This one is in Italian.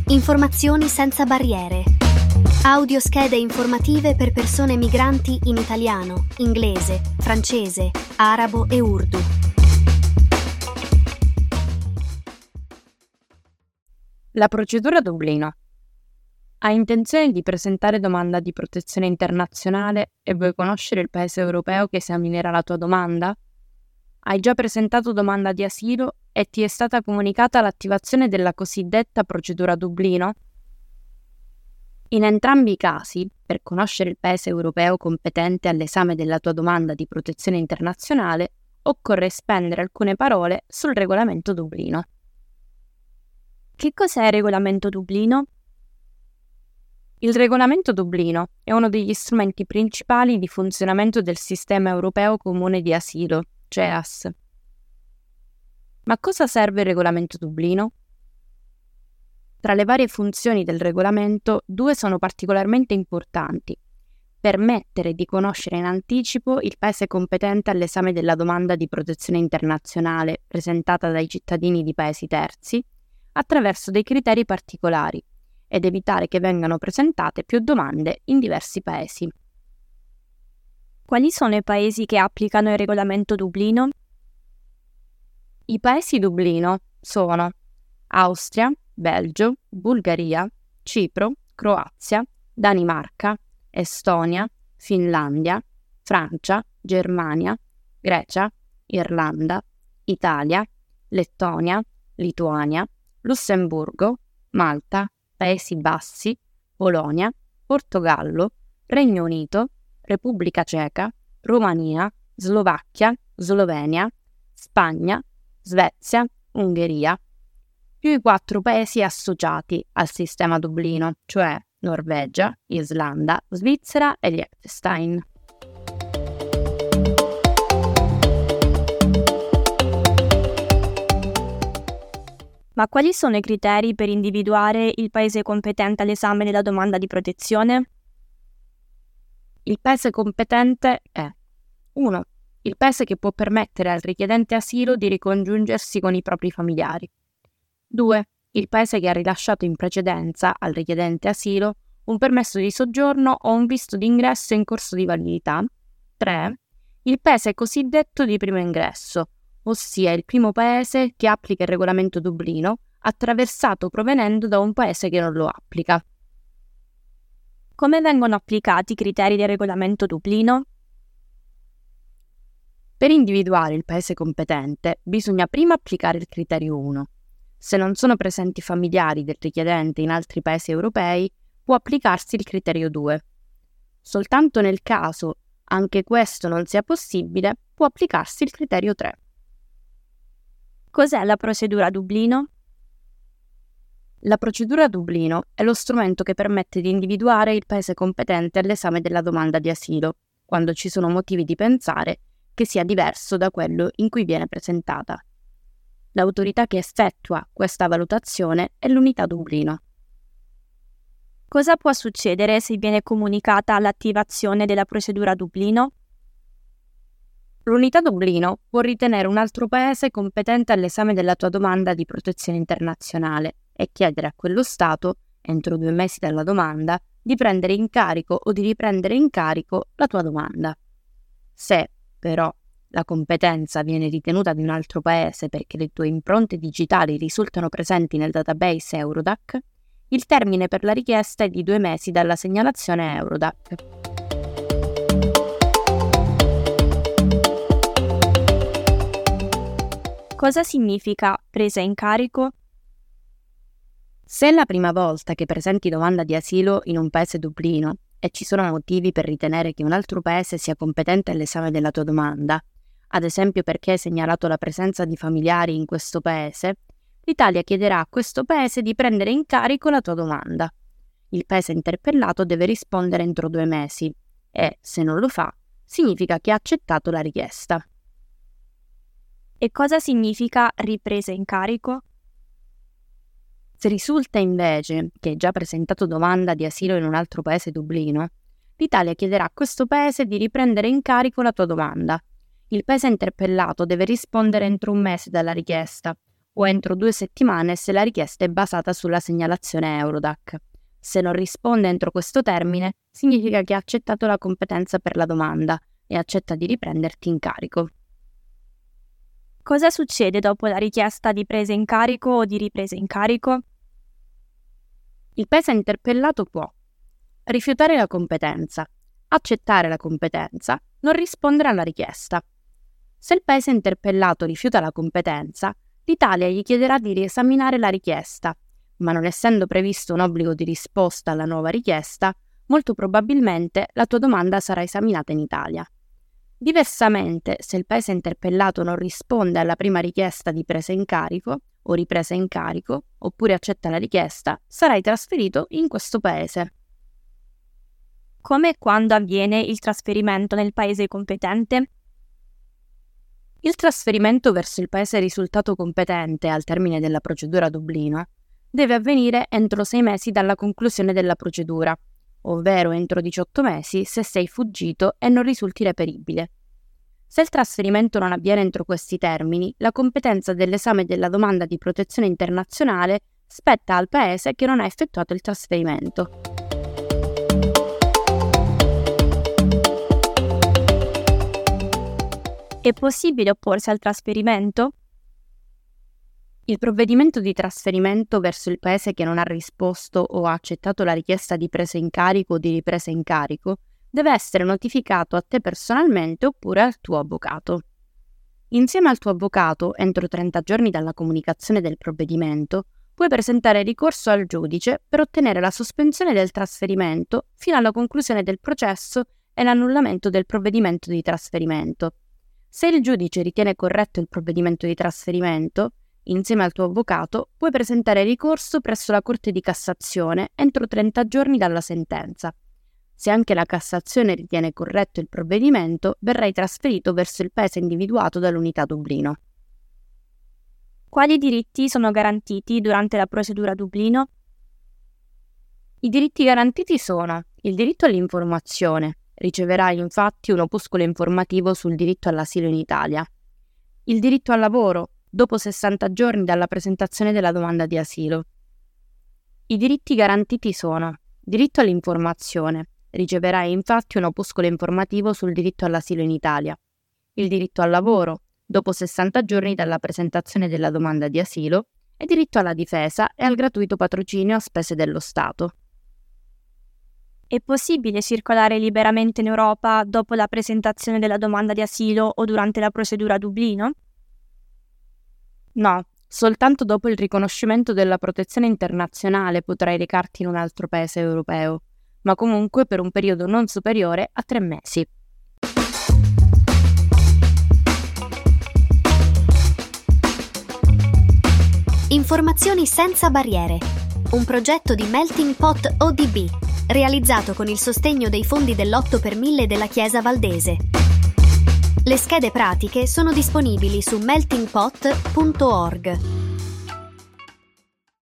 Informazioni senza barriere. Audioschede informative per persone migranti in italiano, inglese, francese, arabo e urdu. La procedura Dublino. Hai intenzione di presentare domanda di protezione internazionale e vuoi conoscere il paese europeo che esaminerà la tua domanda? Hai già presentato domanda di asilo e ti è stata comunicata l'attivazione della cosiddetta procedura Dublino? In entrambi i casi, per conoscere il paese europeo competente all'esame della tua domanda di protezione internazionale, occorre spendere alcune parole sul regolamento Dublino. Che cos'è il regolamento Dublino? Il regolamento Dublino è uno degli strumenti principali di funzionamento del sistema europeo comune di asilo, CEAS. Ma a cosa serve il regolamento Dublino? Tra le varie funzioni del regolamento, due sono particolarmente importanti: permettere di conoscere in anticipo il paese competente all'esame della domanda di protezione internazionale presentata dai cittadini di paesi terzi attraverso dei criteri particolari ed evitare che vengano presentate più domande in diversi paesi. Quali sono i paesi che applicano il regolamento Dublino? I paesi Dublino sono Austria, Belgio, Bulgaria, Cipro, Croazia, Danimarca, Estonia, Finlandia, Francia, Germania, Grecia, Irlanda, Italia, Lettonia, Lituania, Lussemburgo, Malta, Paesi Bassi, Polonia, Portogallo, Regno Unito, Repubblica Ceca, Romania, Slovacchia, Slovenia, Spagna, Svezia, Ungheria, più i 4 paesi associati al sistema Dublino, cioè Norvegia, Islanda, Svizzera e Liechtenstein. Ma quali sono i criteri per individuare il paese competente all'esame della domanda di protezione? Il paese competente è 1. Il paese che può permettere al richiedente asilo di ricongiungersi con i propri familiari. 2. Il paese che ha rilasciato in precedenza al richiedente asilo un permesso di soggiorno o un visto di ingresso in corso di validità. 3. Il paese cosiddetto di primo ingresso, ossia il primo paese che applica il regolamento Dublino, attraversato provenendo da un paese che non lo applica. Come vengono applicati i criteri del regolamento Dublino? Per individuare il paese competente bisogna prima applicare il criterio 1. Se non sono presenti familiari del richiedente in altri paesi europei, può applicarsi il criterio 2. Soltanto nel caso anche questo non sia possibile, può applicarsi il criterio 3. Cos'è la procedura Dublino? La procedura Dublino è lo strumento che permette di individuare il paese competente all'esame della domanda di asilo, quando ci sono motivi di pensare che sia diverso da quello in cui viene presentata. L'autorità che effettua questa valutazione è l'unità Dublino. Cosa può succedere se viene comunicata l'attivazione della procedura Dublino? L'unità Dublino può ritenere un altro paese competente all'esame della tua domanda di protezione internazionale e chiedere a quello Stato, entro 2 mesi dalla domanda, di prendere in carico o di riprendere in carico la tua domanda. Se, però, la competenza viene ritenuta di un altro paese perché le tue impronte digitali risultano presenti nel database Eurodac, il termine per la richiesta è di 2 mesi dalla segnalazione Eurodac. Cosa significa presa in carico? Se è la prima volta che presenti domanda di asilo in un paese Dublino e ci sono motivi per ritenere che un altro paese sia competente all'esame della tua domanda, ad esempio perché hai segnalato la presenza di familiari in questo paese, l'Italia chiederà a questo paese di prendere in carico la tua domanda. Il paese interpellato deve rispondere entro 2 mesi e, se non lo fa, significa che ha accettato la richiesta. E cosa significa ripresa in carico? Se risulta invece che hai già presentato domanda di asilo in un altro paese Dublino, l'Italia chiederà a questo paese di riprendere in carico la tua domanda. Il paese interpellato deve rispondere entro 1 mese dalla richiesta, o entro 2 settimane se la richiesta è basata sulla segnalazione Eurodac. Se non risponde entro questo termine, significa che ha accettato la competenza per la domanda e accetta di riprenderti in carico. Cosa succede dopo la richiesta di presa in carico o di ripresa in carico? Il paese interpellato può rifiutare la competenza, accettare la competenza, non rispondere alla richiesta. Se il paese interpellato rifiuta la competenza, l'Italia gli chiederà di riesaminare la richiesta, ma non essendo previsto un obbligo di risposta alla nuova richiesta, molto probabilmente la tua domanda sarà esaminata in Italia. Diversamente, se il paese interpellato non risponde alla prima richiesta di presa in carico o ripresa in carico, oppure accetta la richiesta, sarai trasferito in questo paese. Come e quando avviene il trasferimento nel paese competente? Il trasferimento verso il paese risultato competente al termine della procedura Dublino deve avvenire entro 6 mesi dalla conclusione della procedura, ovvero entro 18 mesi se sei fuggito e non risulti reperibile. Se il trasferimento non avviene entro questi termini, la competenza dell'esame della domanda di protezione internazionale spetta al paese che non ha effettuato il trasferimento. È possibile opporsi al trasferimento? Il provvedimento di trasferimento verso il paese che non ha risposto o ha accettato la richiesta di presa in carico o di ripresa in carico deve essere notificato a te personalmente oppure al tuo avvocato. Insieme al tuo avvocato, entro 30 giorni dalla comunicazione del provvedimento, puoi presentare ricorso al giudice per ottenere la sospensione del trasferimento fino alla conclusione del processo e l'annullamento del provvedimento di trasferimento. Se il giudice ritiene corretto il provvedimento di trasferimento, insieme al tuo avvocato puoi presentare ricorso presso la Corte di Cassazione entro 30 giorni dalla sentenza. Se anche la Cassazione ritiene corretto il provvedimento, verrai trasferito verso il paese individuato dall'unità Dublino. Quali diritti sono garantiti durante la procedura Dublino? I diritti garantiti sono il diritto all'informazione. Riceverai infatti un opuscolo informativo sul diritto all'asilo in Italia. Il diritto al lavoro, dopo 60 giorni dalla presentazione della domanda di asilo. I diritti garantiti sono diritto all'informazione. Riceverai infatti un opuscolo informativo sul diritto all'asilo in Italia. Il diritto al lavoro, dopo 60 giorni dalla presentazione della domanda di asilo, e diritto alla difesa e al gratuito patrocinio a spese dello Stato. È possibile circolare liberamente in Europa dopo la presentazione della domanda di asilo o durante la procedura Dublino? No, soltanto dopo il riconoscimento della protezione internazionale potrai recarti in un altro paese europeo, ma comunque per un periodo non superiore a 3 mesi. Informazioni senza barriere. Un progetto di Melting Pot ODB, realizzato con il sostegno dei fondi dell'8x1000 della Chiesa Valdese. Le schede pratiche sono disponibili su meltingpot.org.